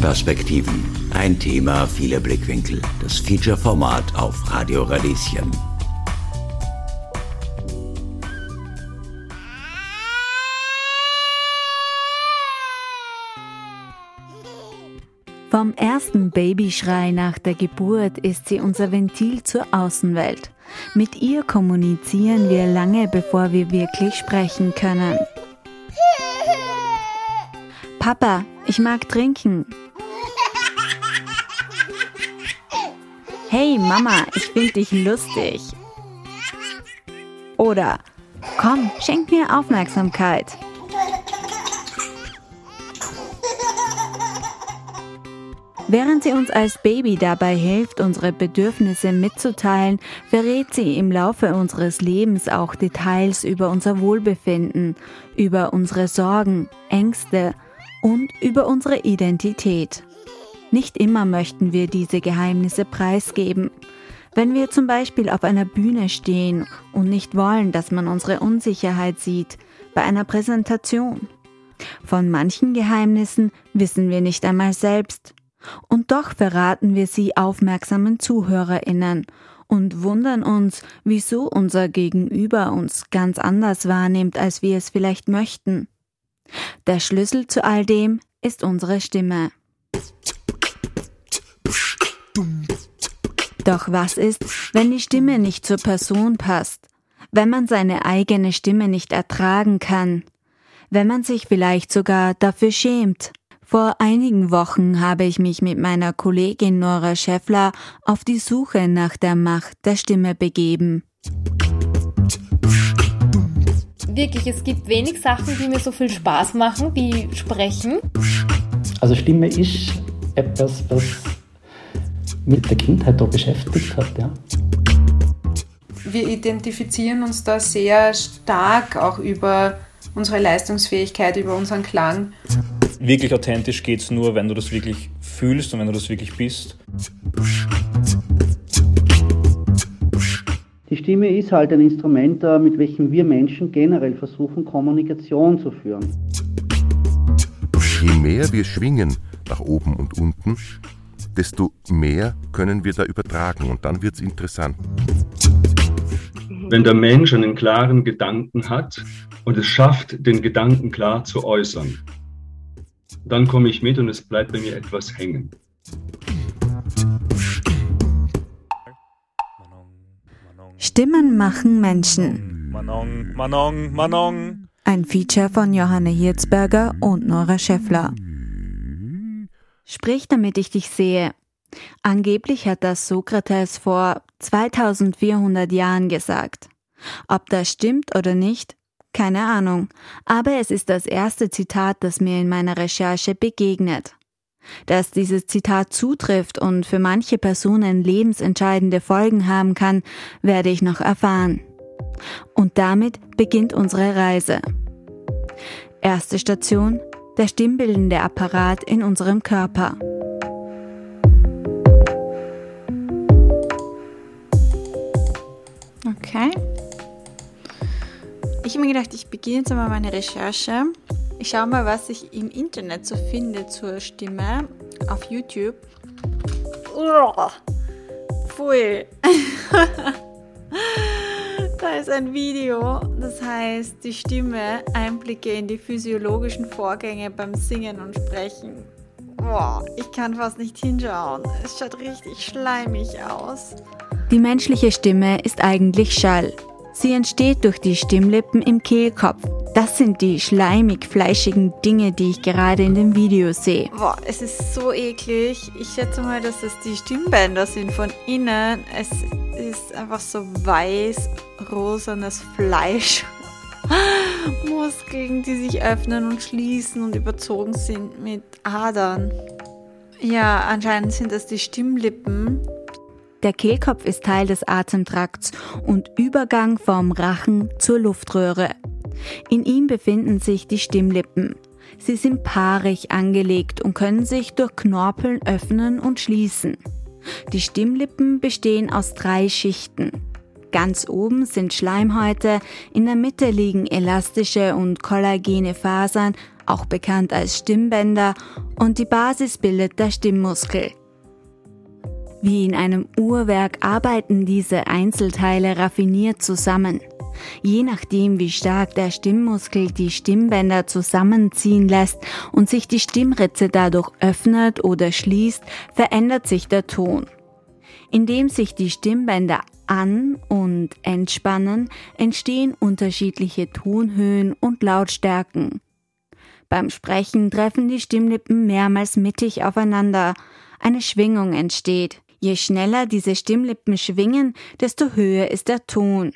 Perspektiven. Ein Thema, viele Blickwinkel. Das Feature-Format auf Radio Radieschen. Vom ersten Babyschrei nach der Geburt ist sie unser Ventil zur Außenwelt. Mit ihr kommunizieren wir lange, bevor wir wirklich sprechen können. Papa, ich mag trinken. Hey Mama, ich finde dich lustig. Oder, komm, schenk mir Aufmerksamkeit. Während sie uns als Baby dabei hilft, unsere Bedürfnisse mitzuteilen, verrät sie im Laufe unseres Lebens auch Details über unser Wohlbefinden, über unsere Sorgen, Ängste und über unsere Identität. Nicht immer möchten wir diese Geheimnisse preisgeben. Wenn wir zum Beispiel auf einer Bühne stehen und nicht wollen, dass man unsere Unsicherheit sieht, bei einer Präsentation. Von manchen Geheimnissen wissen wir nicht einmal selbst. Und doch verraten wir sie aufmerksamen ZuhörerInnen und wundern uns, wieso unser Gegenüber uns ganz anders wahrnimmt, als wir es vielleicht möchten. Der Schlüssel zu all dem ist unsere Stimme. Doch was ist, wenn die Stimme nicht zur Person passt? Wenn man seine eigene Stimme nicht ertragen kann? Wenn man sich vielleicht sogar dafür schämt? Vor einigen Wochen habe ich mich mit meiner Kollegin Nora Schäffler auf die Suche nach der Macht der Stimme begeben. Wirklich, es gibt wenig Sachen, die mir so viel Spaß machen, wie Sprechen. Also Stimme ist etwas, was mit der Kindheit da beschäftigt hat, ja. Wir identifizieren uns da sehr stark auch über unsere Leistungsfähigkeit, über unseren Klang. Wirklich authentisch geht's nur, wenn du das wirklich fühlst und wenn du das wirklich bist. Die Stimme ist halt ein Instrument, mit welchem wir Menschen generell versuchen, Kommunikation zu führen. Je mehr wir schwingen, nach oben und unten, desto mehr können wir da übertragen und dann wird's interessant. Wenn der Mensch einen klaren Gedanken hat und es schafft, den Gedanken klar zu äußern, dann komme ich mit und es bleibt bei mir etwas hängen. Stimmen machen Menschen. Manong, Manong, Manong. Ein Feature von Johanna Hirzberger und Nora Schäffler. Sprich, damit ich dich sehe. Angeblich hat das Sokrates vor 2400 Jahren gesagt. Ob das stimmt oder nicht, keine Ahnung, aber es ist das erste Zitat, das mir in meiner Recherche begegnet. Dass dieses Zitat zutrifft und für manche Personen lebensentscheidende Folgen haben kann, werde ich noch erfahren. Und damit beginnt unsere Reise. Erste Station, der stimmbildende Apparat in unserem Körper. Okay. Ich habe mir gedacht, ich beginne jetzt einmal meine Recherche. Ich schaue mal, was ich im Internet so finde zur Stimme auf YouTube. Pfui. Da ist ein Video, das heißt die Stimme, Einblicke in die physiologischen Vorgänge beim Singen und Sprechen. Ich kann fast nicht hinschauen. Es schaut richtig schleimig aus. Die menschliche Stimme ist eigentlich Schall. Sie entsteht durch die Stimmlippen im Kehlkopf. Das sind die schleimig-fleischigen Dinge, die ich gerade in dem Video sehe. Es ist so eklig. Ich schätze mal, dass es die Stimmbänder sind von innen. Es ist einfach so weiß, rosanes Fleisch. Muskeln, die sich öffnen und schließen und überzogen sind mit Adern. Ja, anscheinend sind das die Stimmlippen. Der Kehlkopf ist Teil des Atemtrakts und Übergang vom Rachen zur Luftröhre. In ihm befinden sich die Stimmlippen. Sie sind paarig angelegt und können sich durch Knorpeln öffnen und schließen. Die Stimmlippen bestehen aus 3 Schichten. Ganz oben sind Schleimhäute, in der Mitte liegen elastische und kollagene Fasern, auch bekannt als Stimmbänder, und die Basis bildet der Stimmmuskel. Wie in einem Uhrwerk arbeiten diese Einzelteile raffiniert zusammen. Je nachdem, wie stark der Stimmmuskel die Stimmbänder zusammenziehen lässt und sich die Stimmritze dadurch öffnet oder schließt, verändert sich der Ton. Indem sich die Stimmbänder an- und entspannen, entstehen unterschiedliche Tonhöhen und Lautstärken. Beim Sprechen treffen die Stimmlippen mehrmals mittig aufeinander. Eine Schwingung entsteht. Je schneller diese Stimmlippen schwingen, desto höher ist der Ton.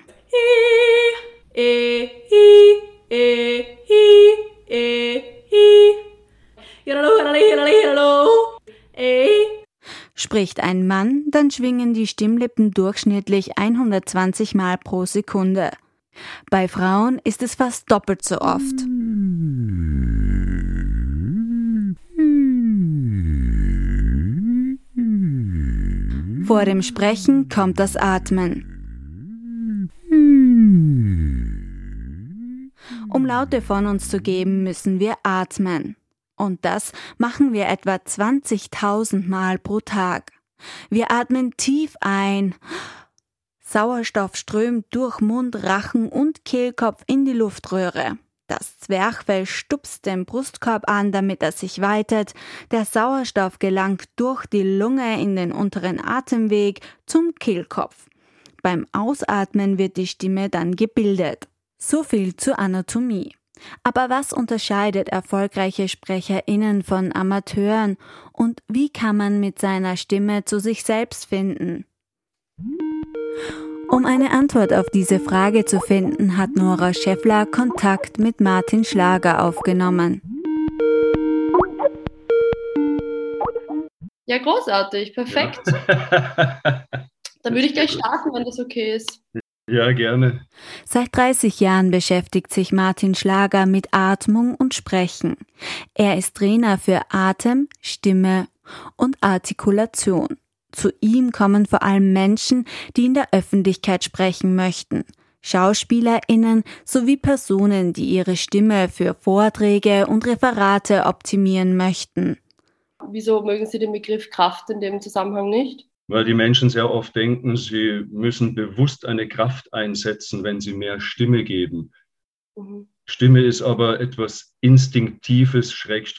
Spricht ein Mann, dann schwingen die Stimmlippen durchschnittlich 120 Mal pro Sekunde. Bei Frauen ist es fast doppelt so oft. Vor dem Sprechen kommt das Atmen. Um Laute von uns zu geben, müssen wir atmen. Und das machen wir etwa 20.000 Mal pro Tag. Wir atmen tief ein. Sauerstoff strömt durch Mund, Rachen und Kehlkopf in die Luftröhre. Das Zwerchfell stupst den Brustkorb an, damit er sich weitet. Der Sauerstoff gelangt durch die Lunge in den unteren Atemweg zum Kehlkopf. Beim Ausatmen wird die Stimme dann gebildet. So viel zur Anatomie. Aber was unterscheidet erfolgreiche SprecherInnen von Amateuren und wie kann man mit seiner Stimme zu sich selbst finden? Um eine Antwort auf diese Frage zu finden, hat Nora Schäffler Kontakt mit Martin Schlager aufgenommen. Ja, großartig, perfekt. Dann würde ich gleich starten, wenn das okay ist. Ja, gerne. Seit 30 Jahren beschäftigt sich Martin Schlager mit Atmung und Sprechen. Er ist Trainer für Atem, Stimme und Artikulation. Zu ihm kommen vor allem Menschen, die in der Öffentlichkeit sprechen möchten. SchauspielerInnen sowie Personen, die ihre Stimme für Vorträge und Referate optimieren möchten. Wieso mögen Sie den Begriff Kraft in dem Zusammenhang nicht? Weil die Menschen sehr oft denken, sie müssen bewusst eine Kraft einsetzen, wenn sie mehr Stimme geben. Stimme ist aber etwas Instinktives,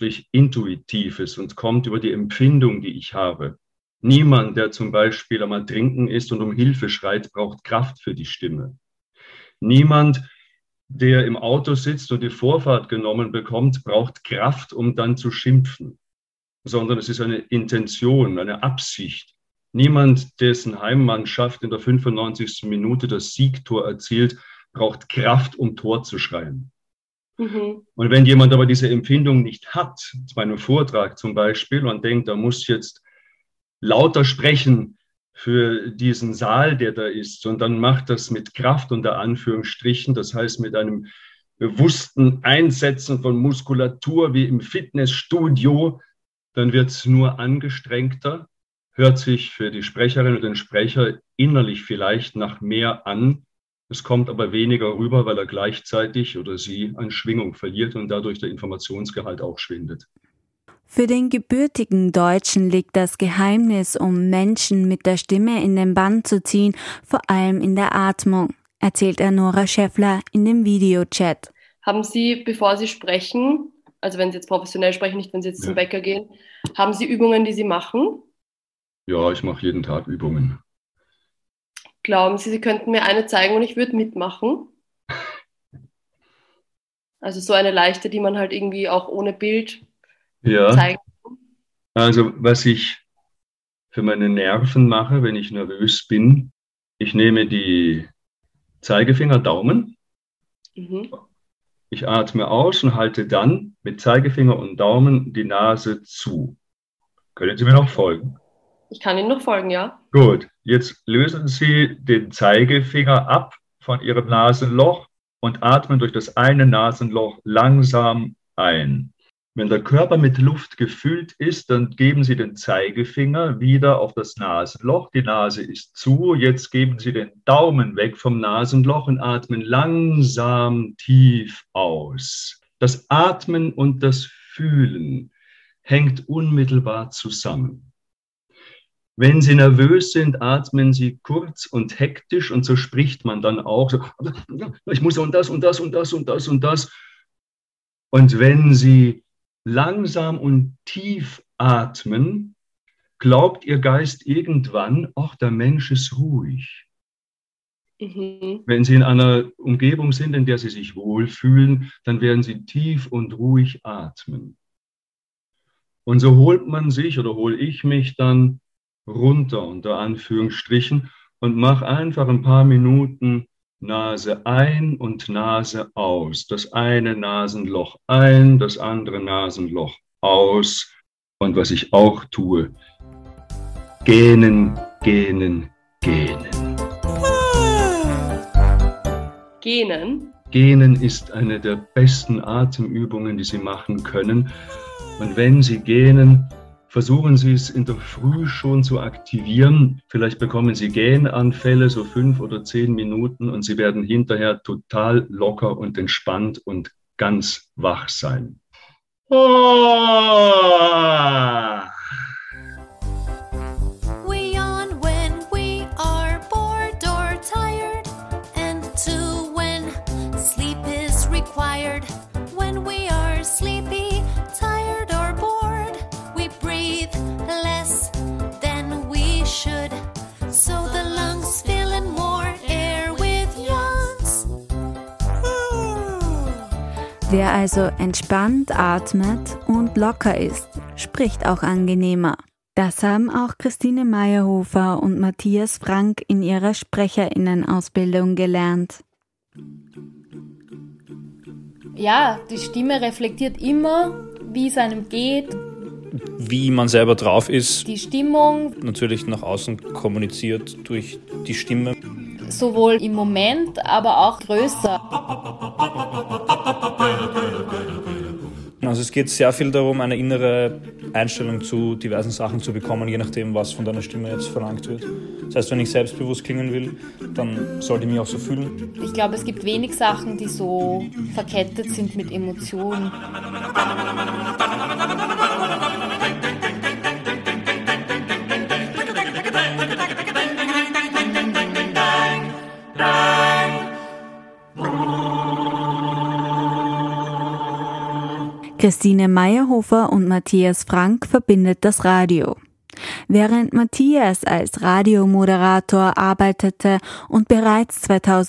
Intuitives und kommt über die Empfindung, die ich habe. Niemand, der zum Beispiel einmal trinken ist und um Hilfe schreit, braucht Kraft für die Stimme. Niemand, der im Auto sitzt und die Vorfahrt genommen bekommt, braucht Kraft, um dann zu schimpfen. Sondern es ist eine Intention, eine Absicht. Niemand, dessen Heimmannschaft in der 95. Minute das Siegtor erzielt, braucht Kraft, um Tor zu schreien. Und wenn jemand aber diese Empfindung nicht hat, bei einem Vortrag zum Beispiel, und denkt, er muss jetzt lauter sprechen für diesen Saal, der da ist, und dann macht das mit Kraft unter Anführungsstrichen, das heißt mit einem bewussten Einsetzen von Muskulatur wie im Fitnessstudio, dann wird es nur angestrengter, hört sich für die Sprecherin oder den Sprecher innerlich vielleicht nach mehr an. Es kommt aber weniger rüber, weil er gleichzeitig oder sie an Schwingung verliert und dadurch der Informationsgehalt auch schwindet. Für den gebürtigen Deutschen liegt das Geheimnis, um Menschen mit der Stimme in den Bann zu ziehen, vor allem in der Atmung, erzählt er Nora Schäffler in dem Videochat. Haben Sie, bevor Sie sprechen, also wenn Sie jetzt professionell sprechen, nicht wenn Sie jetzt zum Bäcker gehen, haben Sie Übungen, die Sie machen? Ja, ich mache jeden Tag Übungen. Glauben Sie, Sie könnten mir eine zeigen und ich würde mitmachen? Also so eine leichte, die man halt irgendwie auch ohne Bild zeigen kann. Also was ich für meine Nerven mache, wenn ich nervös bin, ich nehme die Zeigefinger, Daumen, ich atme aus und halte dann mit Zeigefinger und Daumen die Nase zu. Können Sie mir noch folgen? Ich kann Ihnen noch folgen, ja. Gut, jetzt lösen Sie den Zeigefinger ab von Ihrem Nasenloch und atmen durch das eine Nasenloch langsam ein. Wenn der Körper mit Luft gefüllt ist, dann geben Sie den Zeigefinger wieder auf das Nasenloch. Die Nase ist zu. Jetzt geben Sie den Daumen weg vom Nasenloch und atmen langsam tief aus. Das Atmen und das Fühlen hängt unmittelbar zusammen. Wenn Sie nervös sind, atmen Sie kurz und hektisch und so spricht man dann auch so, ich muss und das und das und das und das und das. Und wenn Sie langsam und tief atmen, glaubt Ihr Geist irgendwann, ach, der Mensch ist ruhig. Wenn Sie in einer Umgebung sind, in der Sie sich wohlfühlen, dann werden Sie tief und ruhig atmen. Und so holt man sich oder hole ich mich dann runter, unter Anführungsstrichen, und mache einfach ein paar Minuten Nase ein und Nase aus. Das eine Nasenloch ein, das andere Nasenloch aus. Und was ich auch tue, gähnen, gähnen, gähnen. Gähnen? Gähnen ist eine der besten Atemübungen, die Sie machen können. Und wenn Sie gähnen, versuchen Sie es in der Früh schon zu aktivieren. Vielleicht bekommen Sie Gähnanfälle, so 5 oder 10 Minuten, und Sie werden hinterher total locker und entspannt und ganz wach sein. Wer also entspannt atmet und locker ist, spricht auch angenehmer. Das haben auch Christine Meyerhofer und Matthias Frank in ihrer SprecherInnen-Ausbildung gelernt. Ja, die Stimme reflektiert immer, wie es einem geht. Wie man selber drauf ist. Die Stimmung. Natürlich nach außen kommuniziert durch die Stimme. Sowohl im Moment, aber auch größer. Also es geht sehr viel darum, eine innere Einstellung zu diversen Sachen zu bekommen, je nachdem, was von deiner Stimme jetzt verlangt wird. Das heißt, wenn ich selbstbewusst klingen will, dann sollte ich mich auch so fühlen. Ich glaube, es gibt wenig Sachen, die so verkettet sind mit Emotionen. Christine Meyerhofer und Matthias Frank verbindet das Radio. Während Matthias als Radiomoderator arbeitete und bereits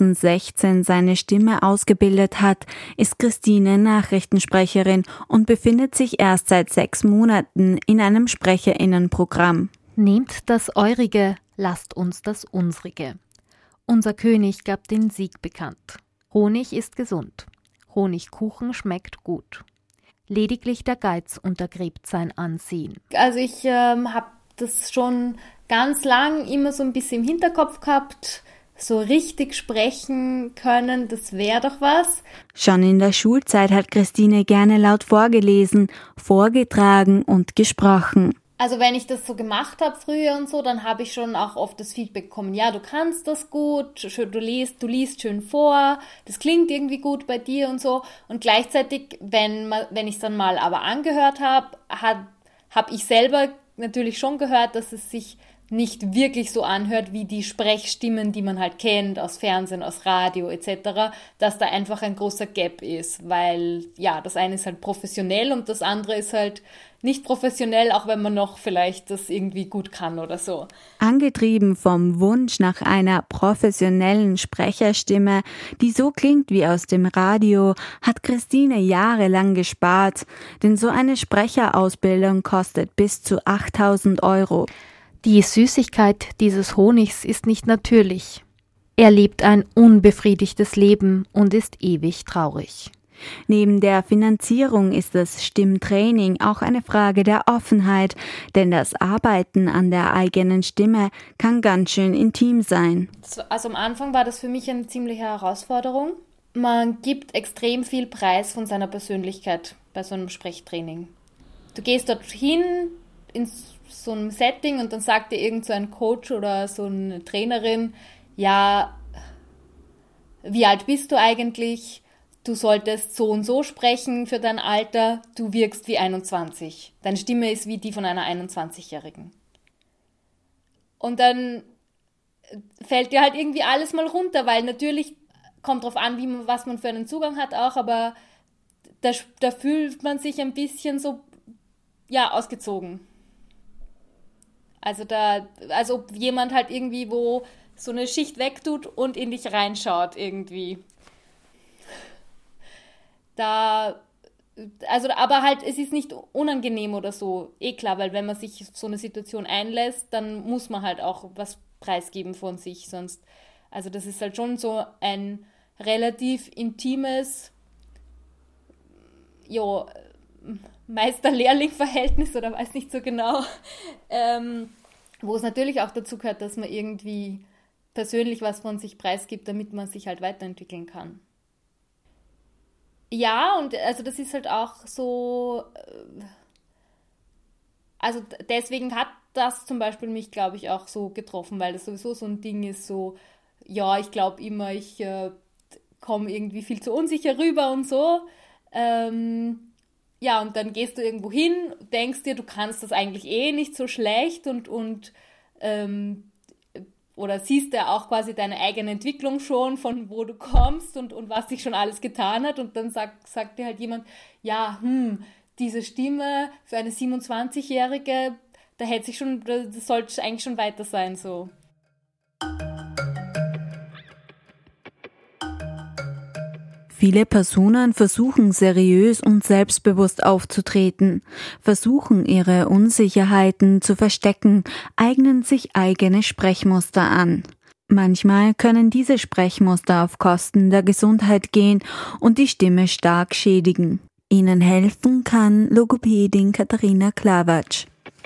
2016 seine Stimme ausgebildet hat, ist Christine Nachrichtensprecherin und befindet sich erst seit 6 Monaten in einem SprecherInnenprogramm. Nehmt das Eurige, lasst uns das Unsrige. Unser König gab den Sieg bekannt. Honig ist gesund. Honigkuchen schmeckt gut. Lediglich der Geiz untergräbt sein Ansehen. Also ich habe das schon ganz lang immer so ein bisschen im Hinterkopf gehabt, so richtig sprechen können, das wäre doch was. Schon in der Schulzeit hat Christine gerne laut vorgelesen, vorgetragen und gesprochen. Also wenn ich das so gemacht habe früher und so, dann habe ich schon auch oft das Feedback bekommen, ja, du kannst das gut, du liest schön vor, das klingt irgendwie gut bei dir und so. Und gleichzeitig, wenn ich es dann mal aber angehört habe, habe ich selber natürlich schon gehört, dass es sich nicht wirklich so anhört wie die Sprechstimmen, die man halt kennt aus Fernsehen, aus Radio etc., dass da einfach ein großer Gap ist, weil ja, das eine ist halt professionell und das andere ist halt nicht professionell, auch wenn man noch vielleicht das irgendwie gut kann oder so. Angetrieben vom Wunsch nach einer professionellen Sprecherstimme, die so klingt wie aus dem Radio, hat Christine jahrelang gespart, denn so eine Sprecherausbildung kostet bis zu 8.000 €. Die Süßigkeit dieses Honigs ist nicht natürlich. Er lebt ein unbefriedigtes Leben und ist ewig traurig. Neben der Finanzierung ist das Stimmtraining auch eine Frage der Offenheit, denn das Arbeiten an der eigenen Stimme kann ganz schön intim sein. Also am Anfang war das für mich eine ziemliche Herausforderung. Man gibt extrem viel Preis von seiner Persönlichkeit bei so einem Sprechtraining. Du gehst dorthin in so einem Setting und dann sagt dir irgend so ein Coach oder so eine Trainerin, ja, wie alt bist du eigentlich? du solltest so und so sprechen für dein Alter, du wirkst wie 21. Deine Stimme ist wie die von einer 21-Jährigen. Und dann fällt dir halt irgendwie alles mal runter, weil natürlich kommt drauf an, was man für einen Zugang hat auch, aber da fühlt man sich ein bisschen so, ja, ausgezogen. Also als ob jemand halt irgendwie wo so eine Schicht wegtut und in dich reinschaut irgendwie. Aber halt, es ist nicht unangenehm oder so, klar, weil wenn man sich so eine Situation einlässt, dann muss man halt auch was preisgeben von sich, sonst, also das ist halt schon so ein relativ intimes, Meister-Lehrling-Verhältnis oder weiß nicht so genau, wo es natürlich auch dazu gehört, dass man irgendwie persönlich was von sich preisgibt, damit man sich halt weiterentwickeln kann. Ja, und also das ist halt auch so, also deswegen hat das zum Beispiel mich, glaube ich, auch so getroffen, weil das sowieso so ein Ding ist, so, ja, ich glaube immer, ich komme irgendwie viel zu unsicher rüber und so. Ja, und dann gehst du irgendwo hin, denkst dir, du kannst das eigentlich nicht so schlecht und oder siehst ja auch quasi deine eigene Entwicklung schon, von wo du kommst und was sich schon alles getan hat, und dann sagt dir halt jemand, ja, diese Stimme für eine 27-Jährige, das sollte eigentlich schon weiter sein, so. Viele Personen versuchen seriös und selbstbewusst aufzutreten, versuchen ihre Unsicherheiten zu verstecken, eignen sich eigene Sprechmuster an. Manchmal können diese Sprechmuster auf Kosten der Gesundheit gehen und die Stimme stark schädigen. Ihnen helfen kann Logopädin Katharina Klawacz.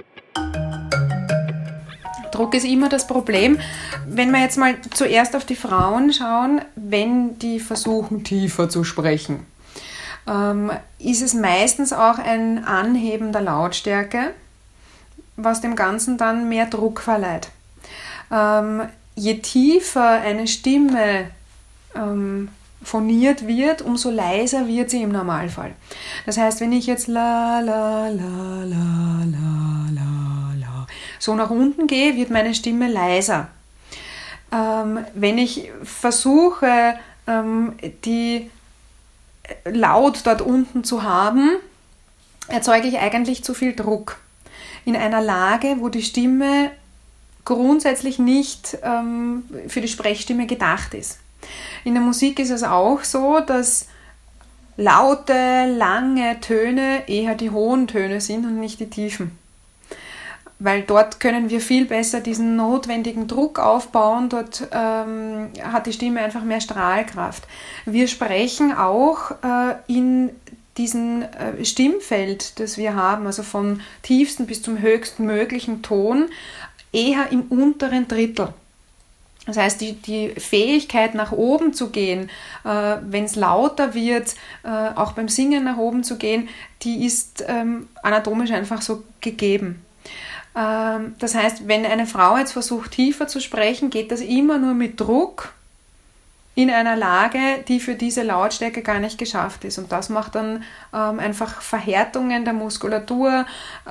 Druck ist immer das Problem. Wenn wir jetzt mal zuerst auf die Frauen schauen, wenn die versuchen, tiefer zu sprechen, ist es meistens auch ein Anheben der Lautstärke, was dem Ganzen dann mehr Druck verleiht. Je tiefer eine Stimme phoniert wird, umso leiser wird sie im Normalfall. Das heißt, wenn ich jetzt la la la la la la so nach unten gehe, wird meine Stimme leiser. Wenn ich versuche, die laut dort unten zu haben, erzeuge ich eigentlich zu viel Druck. In einer Lage, wo die Stimme grundsätzlich nicht für die Sprechstimme gedacht ist. In der Musik ist es auch so, dass laute, lange Töne eher die hohen Töne sind und nicht die tiefen. Weil dort können wir viel besser diesen notwendigen Druck aufbauen, dort hat die Stimme einfach mehr Strahlkraft. Wir sprechen auch in diesem Stimmfeld, das wir haben, also vom tiefsten bis zum höchsten möglichen Ton, eher im unteren Drittel. Das heißt, die Fähigkeit nach oben zu gehen, wenn es lauter wird, auch beim Singen nach oben zu gehen, die ist anatomisch einfach so gegeben. Das heißt, wenn eine Frau jetzt versucht, tiefer zu sprechen, geht das immer nur mit Druck in einer Lage, die für diese Lautstärke gar nicht geschafft ist. Und das macht dann einfach Verhärtungen der Muskulatur,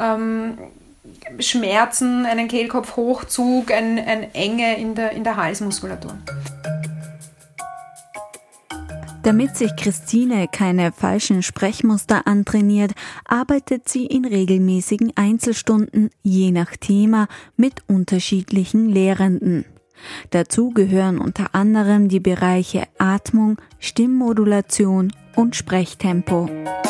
Schmerzen, einen Kehlkopfhochzug, eine Enge in der Halsmuskulatur. Damit sich Christine keine falschen Sprechmuster antrainiert, arbeitet sie in regelmäßigen Einzelstunden, je nach Thema, mit unterschiedlichen Lehrenden. Dazu gehören unter anderem die Bereiche Atmung, Stimmmodulation und Sprechtempo.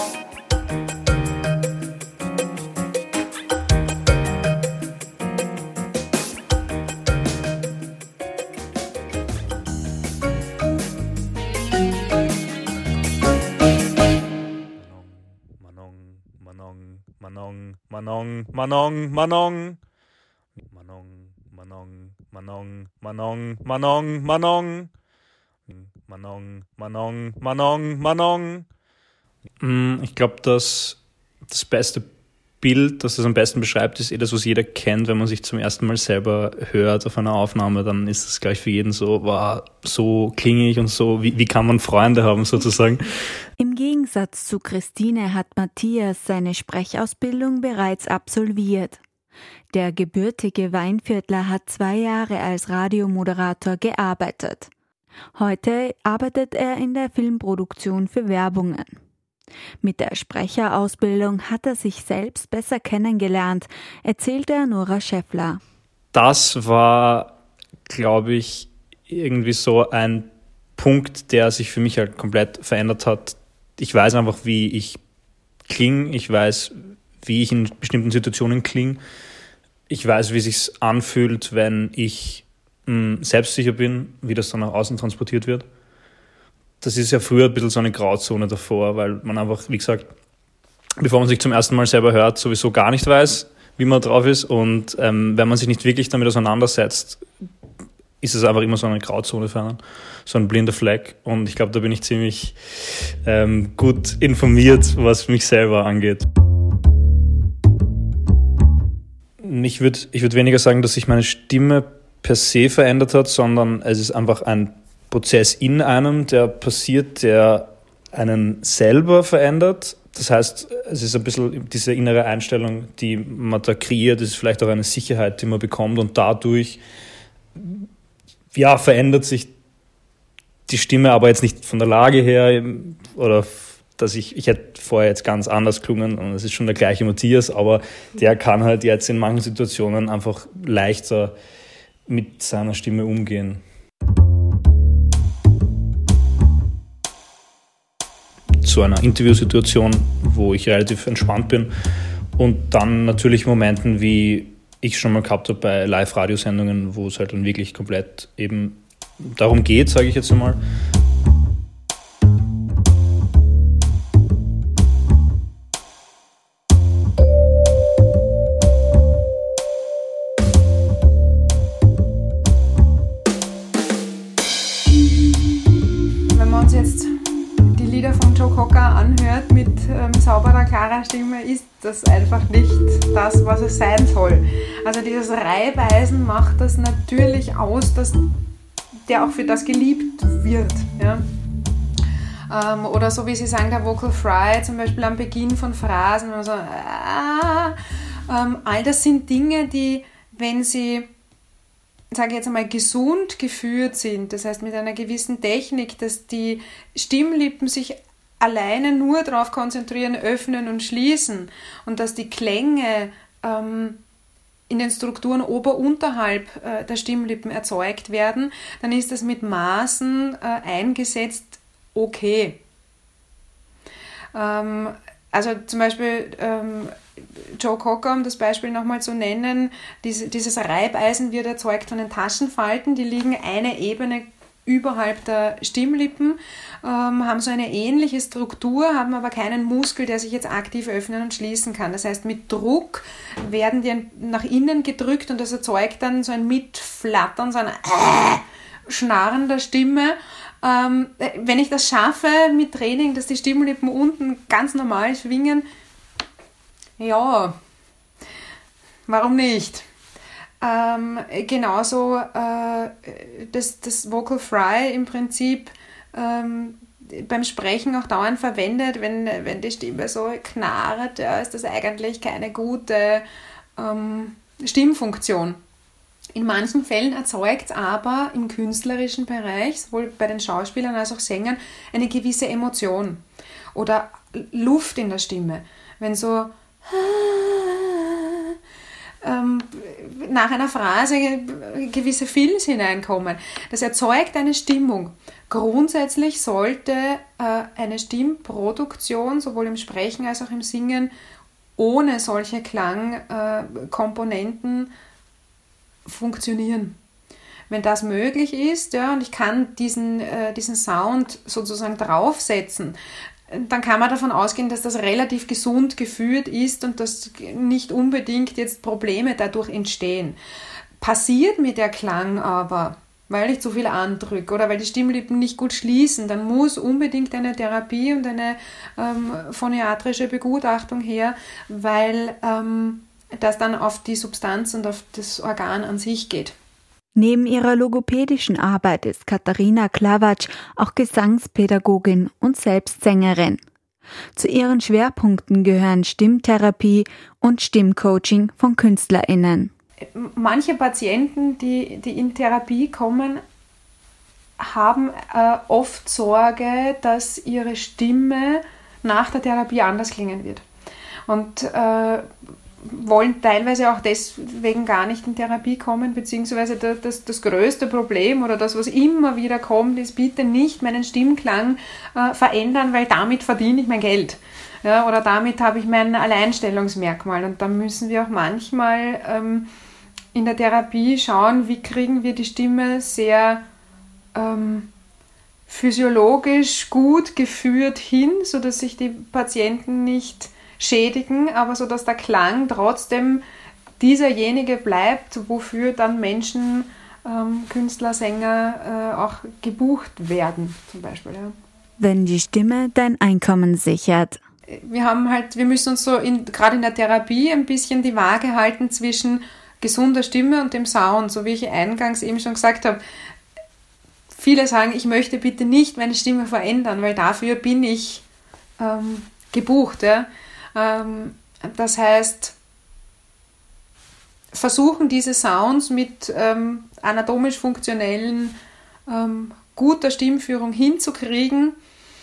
Manong, Manong, Manong. Manong, Manong, Manong, Manong, Manong, Manong. Manong, Manong, Manong, Manong. Ich glaube, das beste Bild, das das am besten beschreibt, ist das, was jeder kennt, wenn man sich zum ersten Mal selber hört auf einer Aufnahme, dann ist es gleich für jeden so, wow, so klinge ich und so, wie kann man Freunde haben sozusagen. Im Gegensatz zu Christine hat Matthias seine Sprechausbildung bereits absolviert. Der gebürtige Weinviertler hat 2 Jahre als Radiomoderator gearbeitet. Heute arbeitet er in der Filmproduktion für Werbungen. Mit der Sprecherausbildung hat er sich selbst besser kennengelernt, erzählte Nora Schäffler. Das war, glaube ich, irgendwie so ein Punkt, der sich für mich halt komplett verändert hat. Ich weiß einfach, wie ich klinge, ich weiß, wie ich in bestimmten Situationen klinge. Ich weiß, wie es sich anfühlt, wenn ich selbstsicher bin, wie das dann nach außen transportiert wird. Das ist ja früher ein bisschen so eine Grauzone davor, weil man einfach, wie gesagt, bevor man sich zum ersten Mal selber hört, sowieso gar nicht weiß, wie man drauf ist. Und wenn man sich nicht wirklich damit auseinandersetzt, ist es einfach immer so eine Grauzone für einen, so ein blinder Fleck. Und ich glaube, da bin ich ziemlich gut informiert, was mich selber angeht. Ich würd weniger sagen, dass sich meine Stimme per se verändert hat, sondern es ist einfach ein Prozess in einem, der passiert, der einen selber verändert. Das heißt, es ist ein bisschen diese innere Einstellung, die man da kreiert, es ist vielleicht auch eine Sicherheit, die man bekommt und dadurch verändert sich die Stimme, aber jetzt nicht von der Lage her oder dass ich hätte vorher jetzt ganz anders klungen und es ist schon der gleiche Matthias, aber der kann halt jetzt in manchen Situationen einfach leichter mit seiner Stimme umgehen. Zu einer Interviewsituation, wo ich relativ entspannt bin und dann natürlich Momenten, wie ich schon mal gehabt habe bei Live-Radiosendungen, wo es halt dann wirklich komplett eben darum geht, sage ich jetzt einmal. Wenn wir uns jetzt die Lieder von Joe Cocker anhört mit sauberer, klarer Stimme, ist das einfach nicht das, was es sein soll. Also dieses Reibeisen macht das natürlich aus, dass der auch für das geliebt wird. Ja? Oder so wie Sie sagen, der Vocal Fry zum Beispiel am Beginn von Phrasen, also, all das sind Dinge, die, wenn sie, sage ich jetzt einmal, gesund geführt sind, das heißt mit einer gewissen Technik, dass die Stimmlippen sich alleine nur darauf konzentrieren, öffnen und schließen und dass die Klänge in den Strukturen ober-unterhalb der Stimmlippen erzeugt werden, dann ist das mit Maßen eingesetzt okay. Also zum Beispiel Joe Cocker, um das Beispiel nochmal zu nennen, dieses Reibeisen wird erzeugt von den Taschenfalten, die liegen eine Ebene überhalb der Stimmlippen, haben so eine ähnliche Struktur, haben aber keinen Muskel, der sich jetzt aktiv öffnen und schließen kann. Das heißt, mit Druck werden die nach innen gedrückt und das erzeugt dann so ein Mitflattern, so ein Schnarren der Stimme. Wenn ich das schaffe mit Training, dass die Stimmlippen unten ganz normal schwingen, ja, warum nicht? Genauso das Vocal Fry im Prinzip beim Sprechen auch dauernd verwendet, wenn die Stimme so knarrt, ja, ist das eigentlich keine gute Stimmfunktion. In manchen Fällen erzeugt es aber im künstlerischen Bereich, sowohl bei den Schauspielern als auch Sängern, eine gewisse Emotion oder Luft in der Stimme. Wenn so nach einer Phrase gewisse Fills hineinkommen. Das erzeugt eine Stimmung. Grundsätzlich sollte eine Stimmproduktion sowohl im Sprechen als auch im Singen ohne solche Klangkomponenten funktionieren. Wenn das möglich ist, ja, und ich kann diesen Sound sozusagen draufsetzen, dann kann man davon ausgehen, dass das relativ gesund geführt ist und dass nicht unbedingt jetzt Probleme dadurch entstehen. Passiert mir der Klang aber weil ich zu viel andrücke oder weil die Stimmlippen nicht gut schließen, dann muss unbedingt eine Therapie und eine phoniatrische Begutachtung her, weil das dann auf die Substanz und auf das Organ an sich geht. Neben ihrer logopädischen Arbeit ist Katharina Klavatsch auch Gesangspädagogin und Selbstsängerin. Zu ihren Schwerpunkten gehören Stimmtherapie und Stimmcoaching von KünstlerInnen. Manche Patienten, die in Therapie kommen, haben oft Sorge, dass ihre Stimme nach der Therapie anders klingen wird. Und wollen teilweise auch deswegen gar nicht in Therapie kommen, beziehungsweise das größte Problem oder das, was immer wieder kommt, ist, bitte nicht meinen Stimmklang verändern, weil damit verdiene ich mein Geld. Ja, oder damit habe ich mein Alleinstellungsmerkmal. Und da müssen wir auch manchmal in der Therapie schauen, wie kriegen wir die Stimme sehr physiologisch gut geführt hin, sodass sich die Patienten nicht schädigen, aber so dass der Klang trotzdem dieserjenige bleibt, wofür dann Menschen, Künstler, Sänger auch gebucht werden, zum Beispiel. Ja. Wenn die Stimme dein Einkommen sichert. Wir müssen uns so gerade in der Therapie ein bisschen die Waage halten zwischen gesunder Stimme und dem Sound, so wie ich eingangs eben schon gesagt habe. Viele sagen, ich möchte bitte nicht meine Stimme verändern, weil dafür bin ich gebucht. Ja. Das heißt, versuchen diese Sounds mit anatomisch funktionellen, guter Stimmführung hinzukriegen,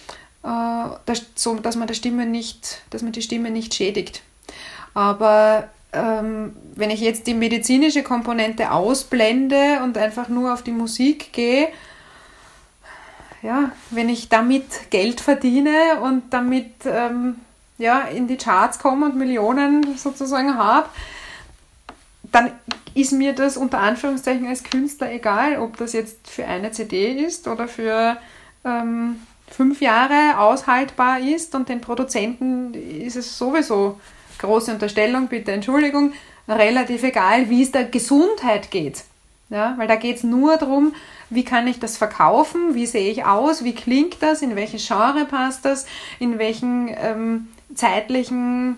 so dass man die Stimme nicht schädigt. Aber wenn ich jetzt die medizinische Komponente ausblende und einfach nur auf die Musik gehe, ja, wenn ich damit Geld verdiene und damit in die Charts komme und Millionen sozusagen habe, dann ist mir das unter Anführungszeichen als Künstler egal, ob das jetzt für eine CD ist oder für 5 Jahre aushaltbar ist, und den Produzenten ist es sowieso, große Unterstellung, bitte Entschuldigung, relativ egal, wie es der Gesundheit geht. Ja, weil da geht es nur darum, wie kann ich das verkaufen, wie sehe ich aus, wie klingt das, in welches Genre passt das, in welchen zeitlichen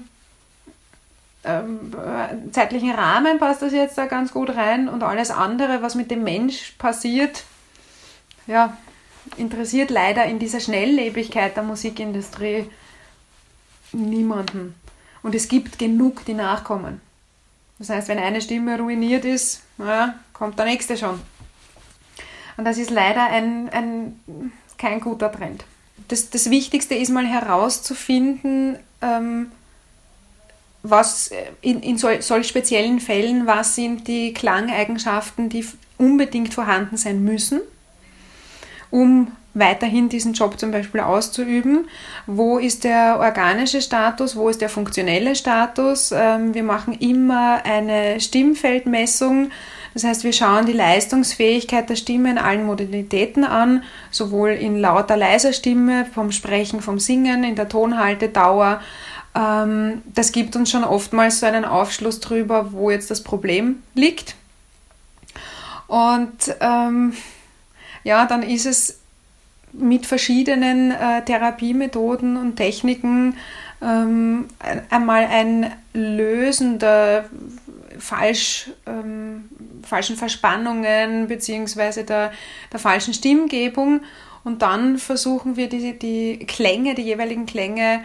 Rahmen passt das jetzt da ganz gut rein, und alles andere, was mit dem Mensch passiert, ja, interessiert leider in dieser Schnelllebigkeit der Musikindustrie niemanden. Und es gibt genug, die nachkommen. Das heißt, wenn eine Stimme ruiniert ist, ja, kommt der nächste schon. Und das ist leider kein guter Trend. Das Wichtigste ist mal herauszufinden, was in solch speziellen Fällen, was sind die Klangeigenschaften, die unbedingt vorhanden sein müssen, um weiterhin diesen Job zum Beispiel auszuüben. Wo ist der organische Status, wo ist der funktionelle Status? Wir machen immer eine Stimmfeldmessung. Das heißt, wir schauen die Leistungsfähigkeit der Stimme in allen Modalitäten an, sowohl in lauter, leiser Stimme, vom Sprechen, vom Singen, in der Tonhaltedauer. Das gibt uns schon oftmals so einen Aufschluss darüber, wo jetzt das Problem liegt. Und dann ist es mit verschiedenen Therapiemethoden und Techniken einmal ein Lösen der falschen Verspannungen bzw. der falschen Stimmgebung, und dann versuchen wir die jeweiligen Klänge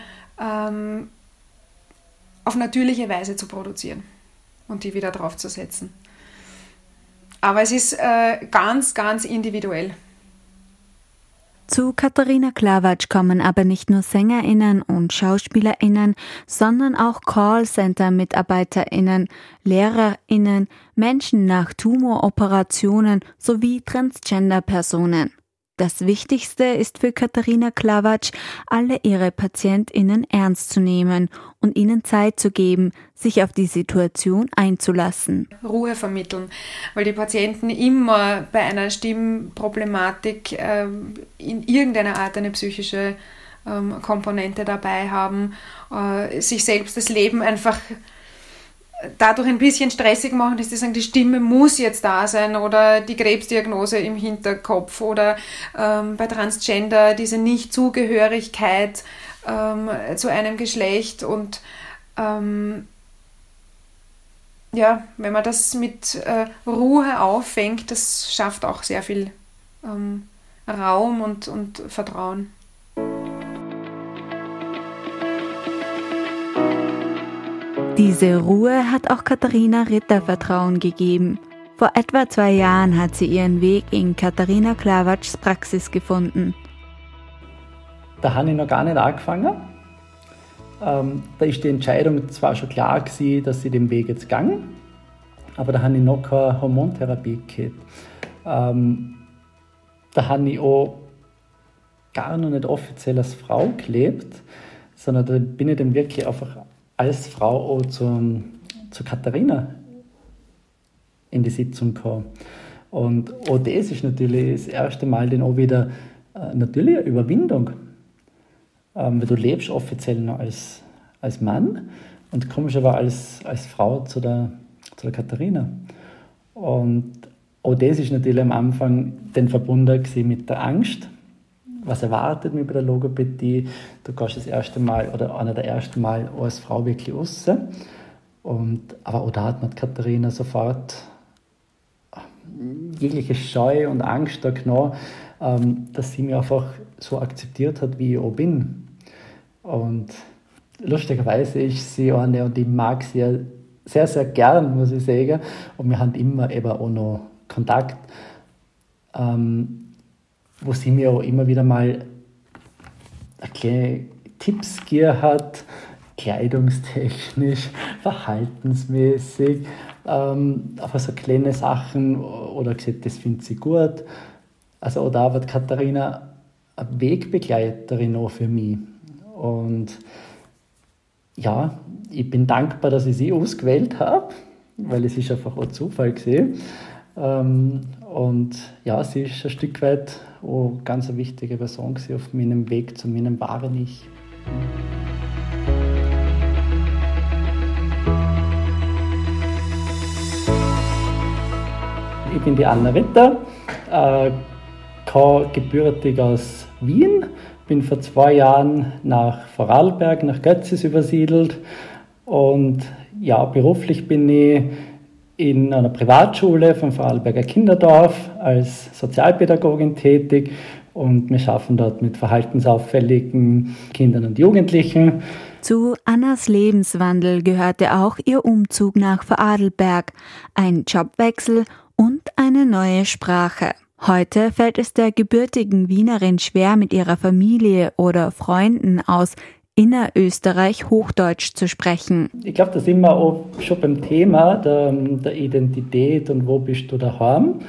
auf natürliche Weise zu produzieren und die wieder draufzusetzen. Aber es ist ganz, ganz individuell. Zu Katharina Klavatsch kommen aber nicht nur SängerInnen und SchauspielerInnen, sondern auch Callcenter-MitarbeiterInnen, LehrerInnen, Menschen nach Tumoroperationen sowie Transgender-Personen. Das Wichtigste ist für Katharina Klavatsch, alle ihre PatientInnen ernst zu nehmen und ihnen Zeit zu geben, sich auf die Situation einzulassen. Ruhe vermitteln, weil die Patienten immer bei einer Stimmproblematik in irgendeiner Art eine psychische Komponente dabei haben, sich selbst das Leben einfach dadurch ein bisschen stressig machen, dass die sagen, die Stimme muss jetzt da sein oder die Krebsdiagnose im Hinterkopf oder bei Transgender diese Nicht-Zugehörigkeit zu einem Geschlecht und ja, wenn man das mit Ruhe auffängt, das schafft auch sehr viel Raum und Vertrauen. Diese Ruhe hat auch Katharina Ritter Vertrauen gegeben. Vor etwa 2 Jahren hat sie ihren Weg in Katharina Klawatschs Praxis gefunden. Da habe ich noch gar nicht angefangen. Da ist die Entscheidung zwar schon klar gewesen, dass ich den Weg jetzt gehe, aber da habe ich noch keine Hormontherapie gehabt. Da habe ich auch gar noch nicht offiziell als Frau gelebt, sondern da bin ich dann wirklich einfach als Frau auch zu Katharina in die Sitzung gekommen. Und auch das ist natürlich das erste Mal dann auch wieder natürlich eine Überwindung. Weil du lebst offiziell noch als Mann und kommst aber als Frau zu der Katharina. Und auch das ist natürlich am Anfang dann verbunden mit der Angst. Was erwartet mich bei der Logopädie? Du gehst das erste Mal oder einer der ersten Mal als Frau wirklich raus. Aber auch da hat mir Katharina sofort jegliche Scheu und Angst da genommen, dass sie mich einfach so akzeptiert hat, wie ich auch bin. Und lustigerweise ist sie eine und ich mag sie sehr, sehr gern, muss ich sagen. Und wir haben immer eben auch noch Kontakt, wo sie mir auch immer wieder mal kleine Tipps gegeben hat, kleidungstechnisch, verhaltensmäßig, aber so kleine Sachen oder gesagt, das findet sie gut. Also auch da wird Katharina eine Wegbegleiterin auch für mich. Und ja, ich bin dankbar, dass ich sie ausgewählt habe, weil es ist einfach auch Zufall gewesen. Und ja, sie ist ein Stück weit auch ganz eine wichtige Person gewesen auf meinem Weg zu meinem wahren Ich. Ich bin die Anna Ritter, gebürtig aus Wien, bin vor 2 Jahren nach Vorarlberg, nach Götzis übersiedelt und ja, beruflich bin ich in einer Privatschule vom Vorarlberger Kinderdorf als Sozialpädagogin tätig und wir arbeiten dort mit verhaltensauffälligen Kindern und Jugendlichen. Zu Annas Lebenswandel gehörte auch ihr Umzug nach Vorarlberg, ein Jobwechsel und eine neue Sprache. Heute fällt es der gebürtigen Wienerin schwer, mit ihrer Familie oder Freunden aus Innerösterreich Hochdeutsch zu sprechen. Ich glaube, da sind wir auch schon beim Thema der Identität und wo bist du daheim.